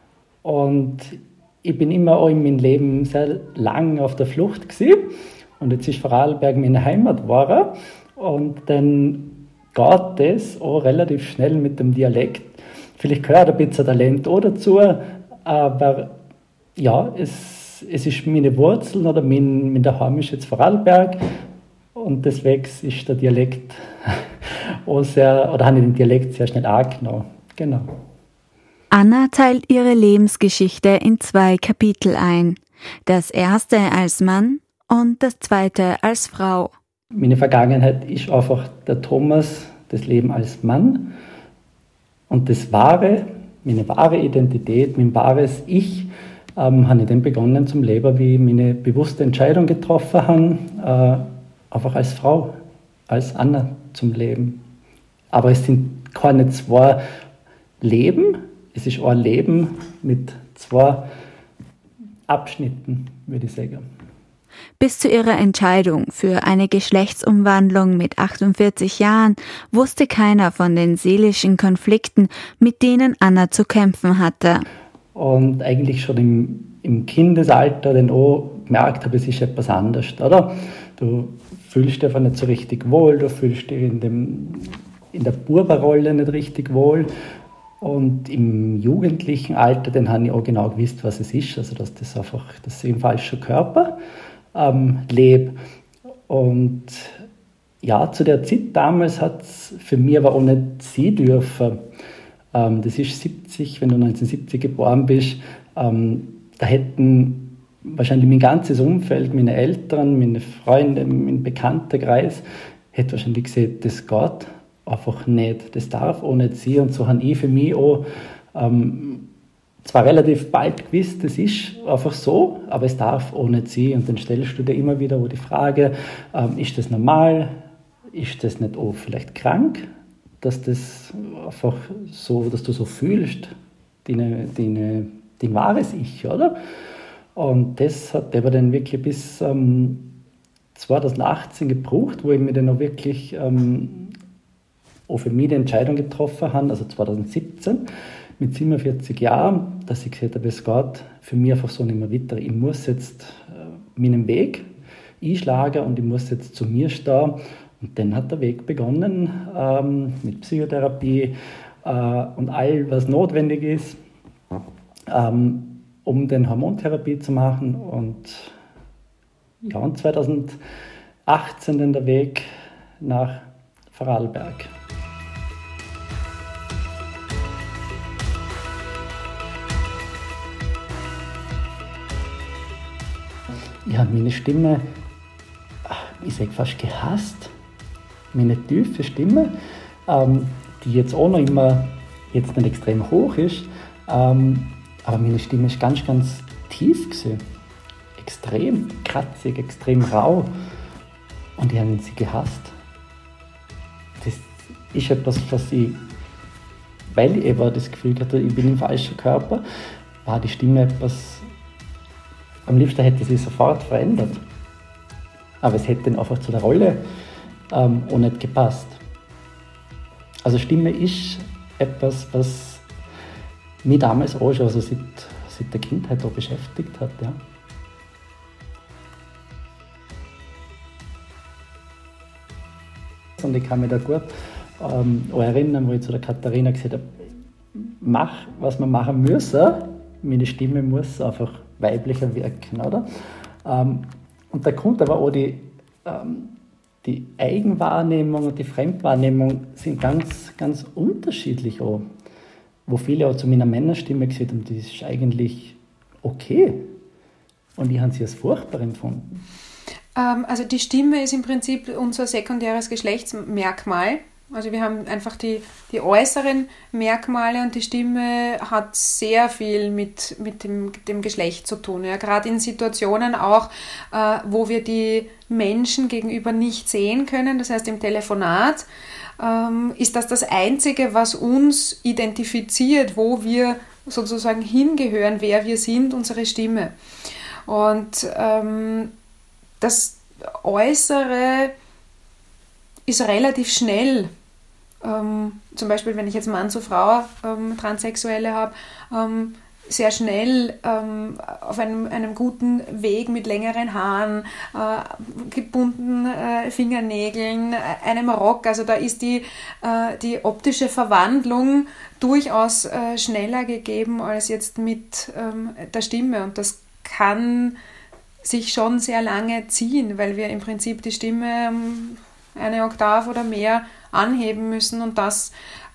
Und ich bin immer auch in meinem Leben sehr lang auf der Flucht gewesen. Und jetzt ist Vorarlberg meine Heimat geworden. Und dann geht das auch relativ schnell mit dem Dialekt. Vielleicht gehört ein bisschen Talent auch dazu, aber ja, es ist meine Wurzeln oder mein Daheim ist jetzt Vorarlberg. Und deswegen ist der Dialekt auch habe ich den Dialekt sehr schnell angenommen. Genau. Anna teilt ihre Lebensgeschichte in 2 Kapitel ein. Das erste als Mann und das zweite als Frau. Meine Vergangenheit ist einfach der Thomas, das Leben als Mann. Und meine wahre Identität, mein wahres Ich, habe ich dann begonnen zum Leben, wie ich meine bewusste Entscheidung getroffen habe, einfach als Frau, als Anna zum Leben. Aber es sind keine 2 Leben, es ist ein Leben mit 2 Abschnitten, würde ich sagen. Bis zu ihrer Entscheidung für eine Geschlechtsumwandlung mit 48 Jahren wusste keiner von den seelischen Konflikten, mit denen Anna zu kämpfen hatte. Und eigentlich schon im Kindesalter dann auch gemerkt habe, es ist etwas anderes, oder? Du fühlst dich einfach nicht so richtig wohl, du fühlst dich in der Bubenrolle nicht richtig wohl. Und im jugendlichen Alter, dann habe ich auch genau gewusst, was es ist, also dass ich im falschen Körper lebe. Und Ja, zu der Zeit damals hat es für mich aber auch nicht sein dürfen. Das ist 70, wenn du 1970 geboren bist. Da hätten wahrscheinlich mein ganzes Umfeld, meine Eltern, meine Freunde, mein Bekanntenkreis, hätte wahrscheinlich gesehen, das geht einfach nicht. Das darf auch nicht sein. Und so habe ich für mich auch zwar relativ bald gewusst, das ist einfach so, aber es darf auch nicht sein. Und dann stellst du dir immer wieder die Frage, ist das normal? Ist das nicht auch vielleicht krank? Dass das einfach so, dass du so fühlst, dein wahres Ich, oder? Und das hat aber dann wirklich bis 2018 gebraucht, wo ich mir dann auch wirklich auch für mich die Entscheidung getroffen habe, also 2017, mit 47 Jahren, dass ich gesagt habe, es geht für mich einfach so nicht mehr weiter. Ich muss jetzt meinen Weg einschlagen und ich muss jetzt zu mir stehen. Und dann hat der Weg begonnen mit Psychotherapie und all, was notwendig ist, um dann Hormontherapie zu machen. Und ja, und 2018 dann der Weg nach Vorarlberg. Ich habe meine Stimme, ich sage fast gehasst. Meine tiefe Stimme, die jetzt auch noch immer jetzt nicht extrem hoch ist, aber meine Stimme ist ganz, ganz tief gewesen. Extrem kratzig, extrem rau. Und ich habe sie gehasst. Das ist etwas, was ich, weil ich eben das Gefühl hatte, ich bin im falschen Körper, war die Stimme etwas, am liebsten hätte sie sofort verändert. Aber es hätte dann einfach zu der Rolle auch nicht gepasst. Also Stimme ist etwas, was mich damals auch schon, also seit der Kindheit auch beschäftigt hat. Ja. Und ich kann mich da gut auch erinnern, wo ich zu der Katharina gesagt habe, mach, was wir machen müssen, meine Stimme muss einfach weiblicher wirken, oder? Und da kommt aber auch die Eigenwahrnehmung und die Fremdwahrnehmung sind ganz, ganz unterschiedlich auch. Wo viele auch zu meiner Männerstimme gesagt haben, das ist eigentlich okay. Und ich habe sie als furchtbar empfunden. Also die Stimme ist im Prinzip unser sekundäres Geschlechtsmerkmal. Also wir haben einfach die äußeren Merkmale und die Stimme hat sehr viel mit dem Geschlecht zu tun. Ja. Gerade in Situationen auch, wo wir die Menschen gegenüber nicht sehen können, das heißt im Telefonat, ist das Einzige, was uns identifiziert, wo wir sozusagen hingehören, wer wir sind, unsere Stimme. Und das Äußere ist relativ schnell. Zum Beispiel, wenn ich jetzt Mann zu Frau Transsexuelle habe, sehr schnell auf einem guten Weg mit längeren Haaren, gebundenen Fingernägeln, einem Rock. Also da ist die optische Verwandlung durchaus schneller gegeben als jetzt mit der Stimme. Und das kann sich schon sehr lange ziehen, weil wir im Prinzip die Stimme eine Oktave oder mehr anheben müssen und das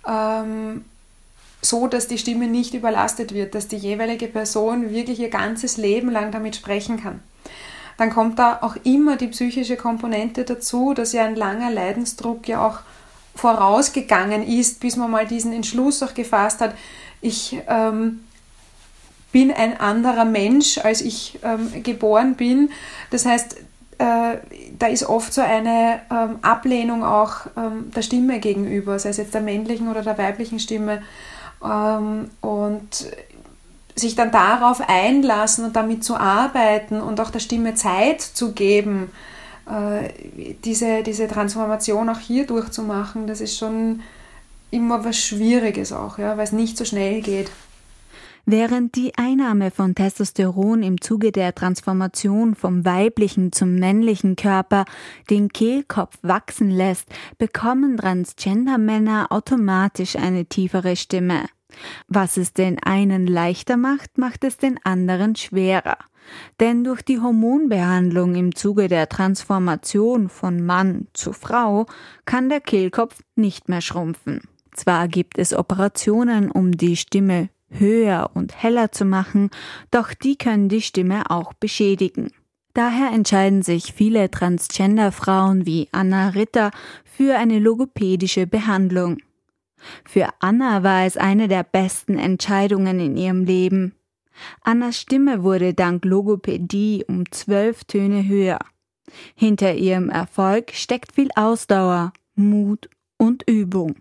so, dass die Stimme nicht überlastet wird, dass die jeweilige Person wirklich ihr ganzes Leben lang damit sprechen kann. Dann kommt da auch immer die psychische Komponente dazu, dass ja ein langer Leidensdruck ja auch vorausgegangen ist, bis man mal diesen Entschluss auch gefasst hat, ich bin ein anderer Mensch, als ich geboren bin. Das heißt, da ist oft so eine Ablehnung auch der Stimme gegenüber, sei es jetzt der männlichen oder der weiblichen Stimme. Und sich dann darauf einlassen und damit zu arbeiten und auch der Stimme Zeit zu geben, diese Transformation auch hier durchzumachen, das ist schon immer was Schwieriges auch, ja, weil es nicht so schnell geht. Während die Einnahme von Testosteron im Zuge der Transformation vom weiblichen zum männlichen Körper den Kehlkopf wachsen lässt, bekommen Transgender-Männer automatisch eine tiefere Stimme. Was es den einen leichter macht, macht es den anderen schwerer. Denn durch die Hormonbehandlung im Zuge der Transformation von Mann zu Frau kann der Kehlkopf nicht mehr schrumpfen. Zwar gibt es Operationen, um die Stimme höher und heller zu machen, doch die können die Stimme auch beschädigen. Daher entscheiden sich viele Transgender-Frauen wie Anna Ritter für eine logopädische Behandlung. Für Anna war es eine der besten Entscheidungen in ihrem Leben. Annas Stimme wurde dank Logopädie um 12 Töne höher. Hinter ihrem Erfolg steckt viel Ausdauer, Mut und Übung.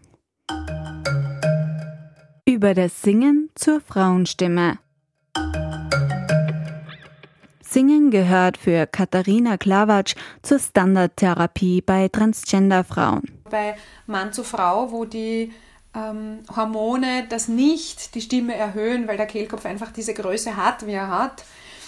Über das Singen zur Frauenstimme. Singen gehört für Katharina Klavatsch zur Standardtherapie bei Transgender-Frauen. Bei Mann zu Frau, wo die Hormone das nicht die Stimme erhöhen, weil der Kehlkopf einfach diese Größe hat, wie er hat,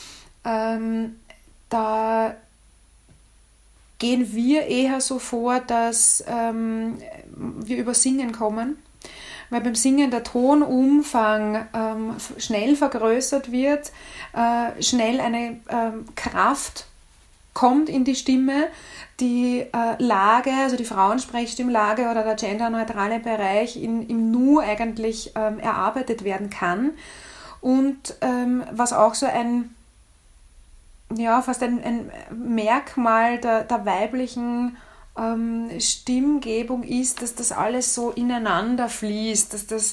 da gehen wir eher so vor, dass wir über Singen kommen, weil beim Singen der Tonumfang schnell vergrößert wird, schnell eine Kraft kommt in die Stimme, die Lage, also die Frauensprechstimmlage oder der genderneutrale Bereich im Nu eigentlich erarbeitet werden kann. Und was auch so fast ein Merkmal der weiblichen Stimmgebung ist, dass das alles so ineinander fließt, dass das,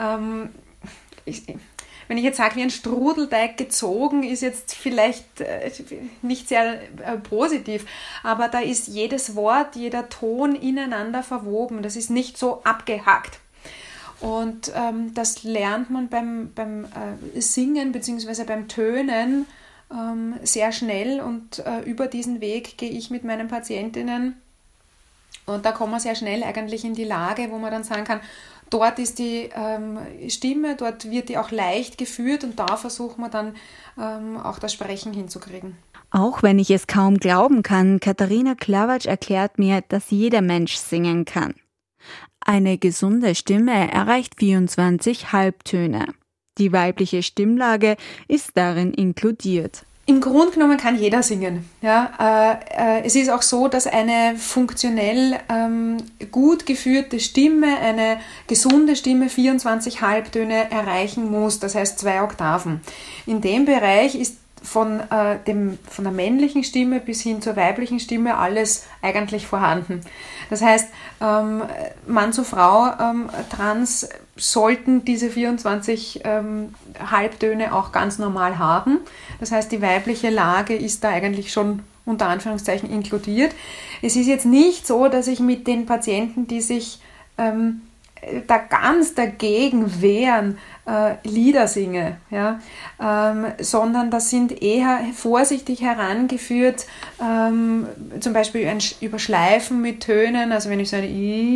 wenn ich jetzt sage, wie ein Strudelteig gezogen, ist jetzt vielleicht nicht sehr positiv, aber da ist jedes Wort, jeder Ton ineinander verwoben, das ist nicht so abgehackt. Und das lernt man beim Singen bzw. beim Tönen sehr schnell und über diesen Weg gehe ich mit meinen Patientinnen. Und da kommen wir sehr schnell eigentlich in die Lage, wo man dann sagen kann, dort ist die Stimme, dort wird die auch leicht geführt und da versuchen wir dann auch das Sprechen hinzukriegen. Auch wenn ich es kaum glauben kann, Katharina Klavatsch erklärt mir, dass jeder Mensch singen kann. Eine gesunde Stimme erreicht 24 Halbtöne. Die weibliche Stimmlage ist darin inkludiert. Im Grunde genommen kann jeder singen. Ja, es ist auch so, dass eine funktionell gut geführte Stimme, eine gesunde Stimme 24 Halbtöne erreichen muss, das heißt 2 Oktaven. In dem Bereich ist von der männlichen Stimme bis hin zur weiblichen Stimme alles eigentlich vorhanden. Das heißt, Mann zu Frau, trans, sollten diese 24 Halbtöne auch ganz normal haben. Das heißt, die weibliche Lage ist da eigentlich schon unter Anführungszeichen inkludiert. Es ist jetzt nicht so, dass ich mit den Patienten, die sich da ganz dagegen wehren, Lieder singe, ja? Sondern das sind eher vorsichtig herangeführt, zum Beispiel über Schleifen mit Tönen, also wenn ich so ein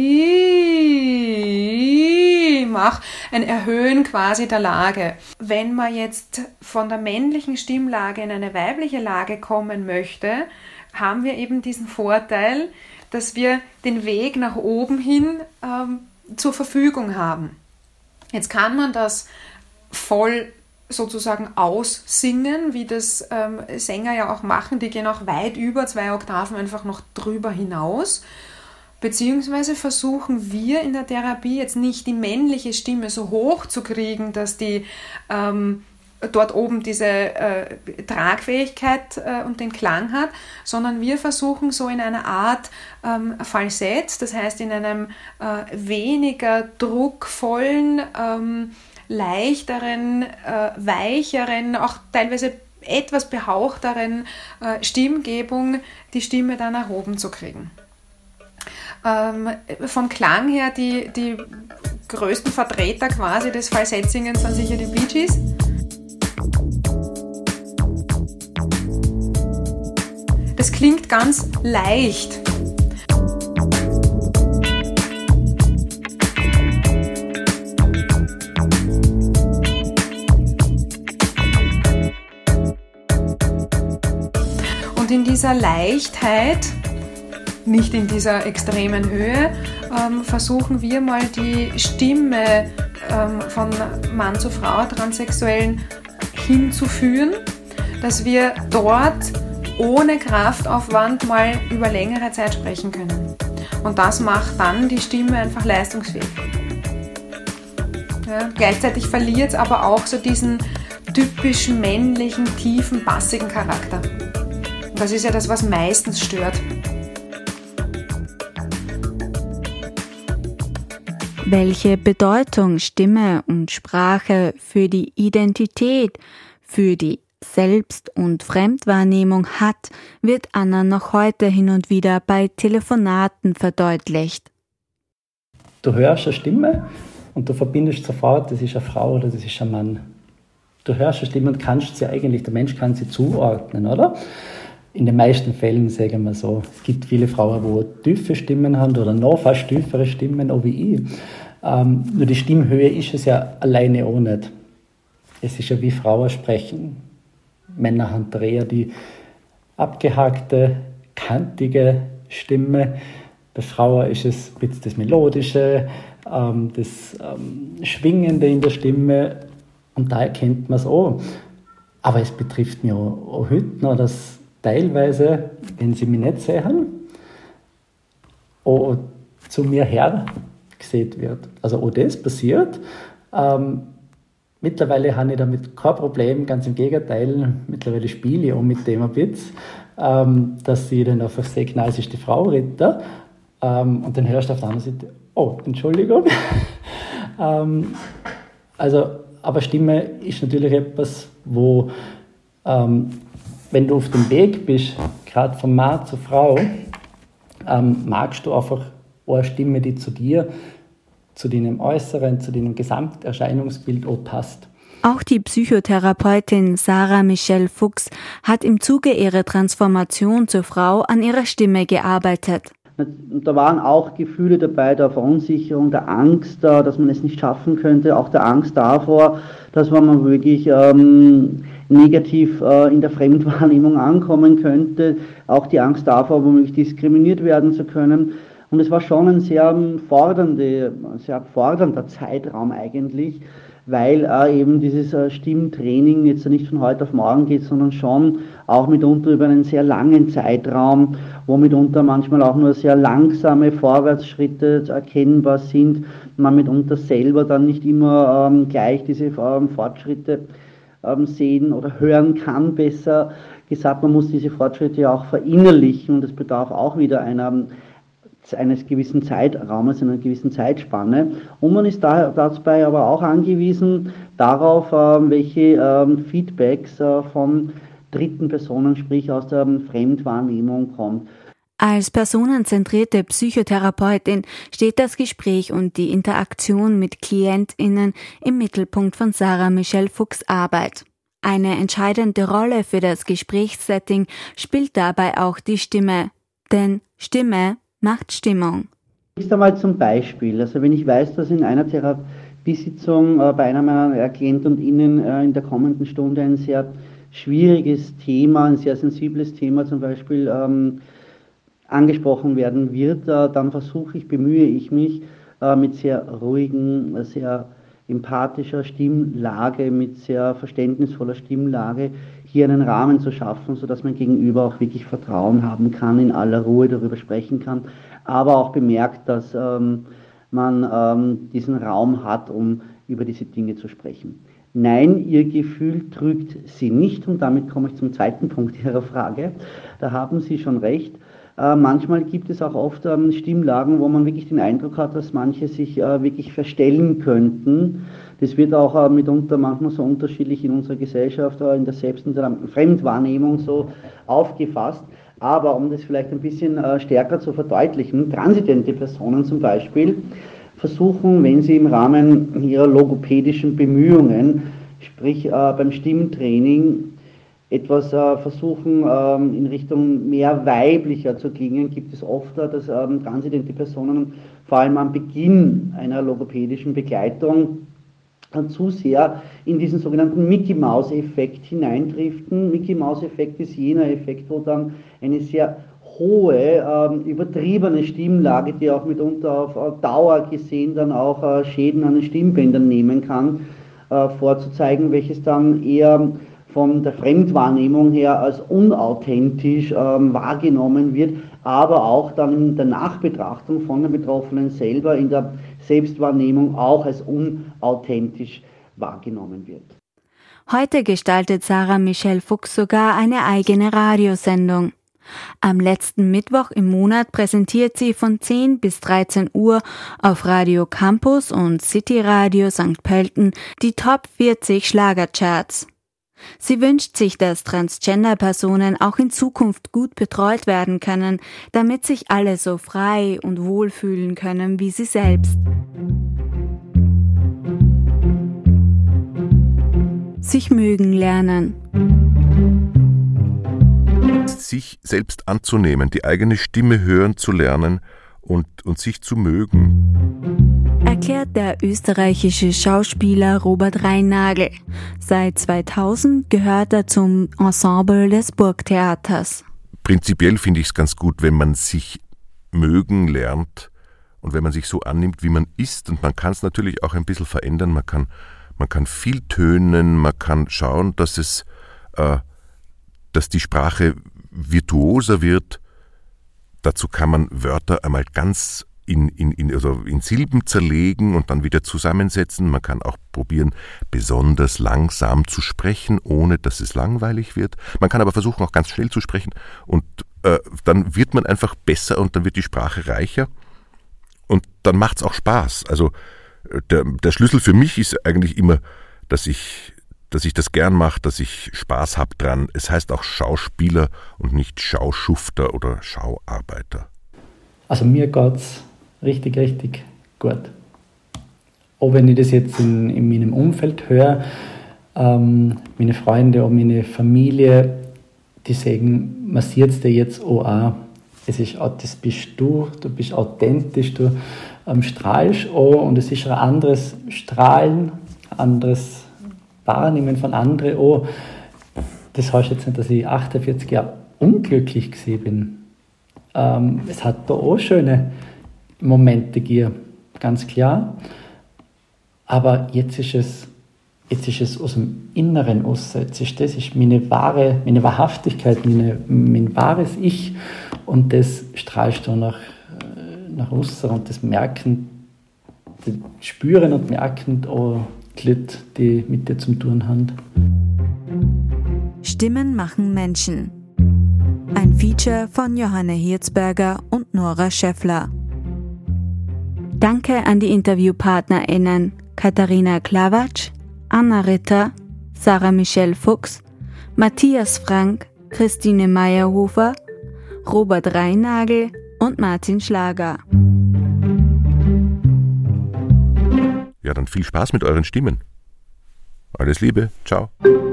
I mache, ein Erhöhen quasi der Lage. Wenn man jetzt von der männlichen Stimmlage in eine weibliche Lage kommen möchte, haben wir eben diesen Vorteil, dass wir den Weg nach oben hin zur Verfügung haben. Jetzt kann man das voll sozusagen aussingen, wie das Sänger ja auch machen. Die gehen auch weit über 2 Oktaven einfach noch drüber hinaus. Beziehungsweise versuchen wir in der Therapie jetzt nicht die männliche Stimme so hoch zu kriegen, dass die dort oben diese Tragfähigkeit und den Klang hat, sondern wir versuchen so in einer Art Falsett, das heißt in einem weniger druckvollen, leichteren, weicheren, auch teilweise etwas behauchteren Stimmgebung die Stimme dann nach oben zu kriegen. Vom Klang her die größten Vertreter quasi des Falsettsingens sind sicher die Bee Gees. Das klingt ganz leicht. Und in dieser Leichtheit, nicht in dieser extremen Höhe, versuchen wir mal die Stimme von Mann zu Frau, Transsexuellen hinzuführen, dass wir dort ohne Kraftaufwand mal über längere Zeit sprechen können. Und das macht dann die Stimme einfach leistungsfähig. Ja, gleichzeitig verliert es aber auch so diesen typischen männlichen, tiefen, bassigen Charakter. Und das ist ja das, was meistens stört. Welche Bedeutung Stimme und Sprache für die Identität, für die Selbst- und Fremdwahrnehmung hat, wird Anna noch heute hin und wieder bei Telefonaten verdeutlicht. Du hörst eine Stimme und du verbindest sofort, das ist eine Frau oder das ist ein Mann. Du hörst eine Stimme und kannst sie eigentlich, der Mensch kann sie zuordnen, oder? In den meisten Fällen, sagen wir so. Es gibt viele Frauen, die tiefe Stimmen haben oder noch fast tiefere Stimmen, auch wie ich. Nur die Stimmhöhe ist es ja alleine auch nicht. Es ist ja wie Frauen sprechen. Männer haben eher die abgehackte, kantige Stimme. Bei Frauen ist es ein bisschen das Melodische, das Schwingende in der Stimme. Und da erkennt man es auch. Aber es betrifft mich auch heute noch, dass teilweise, wenn sie mich nicht sehen, auch zu mir her gesehen wird. Also auch das passiert. Mittlerweile habe ich damit kein Problem, ganz im Gegenteil. Mittlerweile spiele ich auch mit dem ein bisschen, dass ich dann einfach sehe, nein, es ist die Frau Ritter. Und dann hörst du auf der anderen Seite, oh, Entschuldigung. Aber Stimme ist natürlich etwas, wo, wenn du auf dem Weg bist, gerade von Mann zu Frau, magst du einfach eine Stimme, die zu dir, zu deinem Äußeren, zu deinem Gesamterscheinungsbild auch passt. Auch die Psychotherapeutin Sarah Michelle Fuchs hat im Zuge ihrer Transformation zur Frau an ihrer Stimme gearbeitet. Und da waren auch Gefühle dabei, der Verunsicherung, der Angst, dass man es nicht schaffen könnte, auch der Angst davor, dass man wirklich negativ in der Fremdwahrnehmung ankommen könnte, auch die Angst davor, womöglich diskriminiert werden zu können. Und es war schon ein sehr fordernder Zeitraum eigentlich, weil eben dieses Stimmtraining jetzt nicht von heute auf morgen geht, sondern schon auch mitunter über einen sehr langen Zeitraum, wo mitunter manchmal auch nur sehr langsame Vorwärtsschritte erkennbar sind, man mitunter selber dann nicht immer gleich diese Fortschritte sehen oder hören kann, besser gesagt, man muss diese Fortschritte auch verinnerlichen und es bedarf auch wieder eines gewissen Zeitraumes, einer gewissen Zeitspanne. Und man ist dabei aber auch angewiesen darauf, welche Feedbacks von dritten Personen, sprich aus der Fremdwahrnehmung kommt. Als personenzentrierte Psychotherapeutin steht das Gespräch und die Interaktion mit KlientInnen im Mittelpunkt von Sarah Michelle Fuchs' Arbeit. Eine entscheidende Rolle für das Gesprächssetting spielt dabei auch die Stimme. Denn Stimme macht Stimmung. Zunächst einmal zum Beispiel, also wenn ich weiß, dass in einer Therapiesitzung bei einer meiner KlientInnen in der kommenden Stunde ein sehr schwieriges Thema, ein sehr sensibles Thema zum Beispiel angesprochen werden wird, dann bemühe ich mich mit sehr ruhigen, sehr empathischer Stimmlage, mit sehr verständnisvoller Stimmlage hier einen Rahmen zu schaffen, sodass mein Gegenüber auch wirklich Vertrauen haben kann, in aller Ruhe darüber sprechen kann, aber auch bemerkt, dass man diesen Raum hat, um über diese Dinge zu sprechen. Nein, Ihr Gefühl trügt Sie nicht und damit komme ich zum zweiten Punkt Ihrer Frage. Da haben Sie schon recht. Manchmal gibt es auch oft Stimmlagen, wo man wirklich den Eindruck hat, dass manche sich wirklich verstellen könnten. Das wird auch mitunter manchmal so unterschiedlich in unserer Gesellschaft, in der Selbst- und der Fremdwahrnehmung so aufgefasst. Aber um das vielleicht ein bisschen stärker zu verdeutlichen, transidente Personen zum Beispiel versuchen, wenn sie im Rahmen ihrer logopädischen Bemühungen, sprich beim Stimmtraining, etwas versuchen in Richtung mehr weiblicher zu klingen, gibt es oft, dass transidente Personen vor allem am Beginn einer logopädischen Begleitung zu sehr in diesen sogenannten Mickey-Maus-Effekt hineindriften. Mickey-Maus-Effekt ist jener Effekt, wo dann eine sehr hohe, übertriebene Stimmlage, die auch mitunter auf Dauer gesehen dann auch Schäden an den Stimmbändern nehmen kann, vorzuzeigen, welches dann eher von der Fremdwahrnehmung her als unauthentisch wahrgenommen wird, aber auch dann in der Nachbetrachtung von den Betroffenen selber in der Selbstwahrnehmung auch als unauthentisch wahrgenommen wird. Heute gestaltet Sarah Michelle Fuchs sogar eine eigene Radiosendung. Am letzten Mittwoch im Monat präsentiert sie von 10 bis 13 Uhr auf Radio Campus und City Radio St. Pölten die Top 40 Schlagercharts. Sie wünscht sich, dass Transgender-Personen auch in Zukunft gut betreut werden können, damit sich alle so frei und wohl fühlen können wie sie selbst. Sich mögen lernen. Sich selbst anzunehmen, die eigene Stimme hören zu lernen und sich zu mögen. Erklärt der österreichische Schauspieler Robert Rheinnagel. Seit 2000 gehört er zum Ensemble des Burgtheaters. Prinzipiell finde ich es ganz gut, wenn man sich mögen lernt und wenn man sich so annimmt, wie man ist. Und man kann es natürlich auch ein bisschen verändern. Man kann viel tönen, man kann schauen, dass die Sprache virtuoser wird. Dazu kann man Wörter einmal ganz in Silben zerlegen und dann wieder zusammensetzen. Man kann auch probieren, besonders langsam zu sprechen, ohne dass es langweilig wird. Man kann aber versuchen, auch ganz schnell zu sprechen und dann wird man einfach besser und dann wird die Sprache reicher und dann macht es auch Spaß. Also der Schlüssel für mich ist eigentlich immer, dass ich das gern mache, dass ich Spaß habe dran. Es heißt auch Schauspieler und nicht Schauschufter oder Schauarbeiter. Also mir geht es richtig, richtig gut. Auch wenn ich das jetzt in meinem Umfeld höre, meine Freunde und meine Familie, die sagen, man sieht es dir jetzt auch, das bist du bist authentisch, du strahlst auch und es ist ein anderes Strahlen, anderes Wahrnehmen von anderen auch. Das heißt jetzt nicht, dass ich 48 Jahre unglücklich gewesen bin. Es hat da auch schöne Momente gegeben, ganz klar. Aber jetzt ist es aus dem Inneren raus. Das ist meine Wahrhaftigkeit, mein wahres Ich. Und das strahlst du nach außen und das spüren und merken auch die Leute, die mit dir zu tun haben. Stimmen machen Menschen. Ein Feature von Johanne Hirzberger und Nora Schäffler. Danke an die InterviewpartnerInnen Katharina Klawatsch, Anna Ritter, Sarah Michelle Fuchs, Matthias Frank, Christine Meyerhofer, Robert Rheinnagel und Martin Schlager. Ja, dann viel Spaß mit euren Stimmen. Alles Liebe, ciao.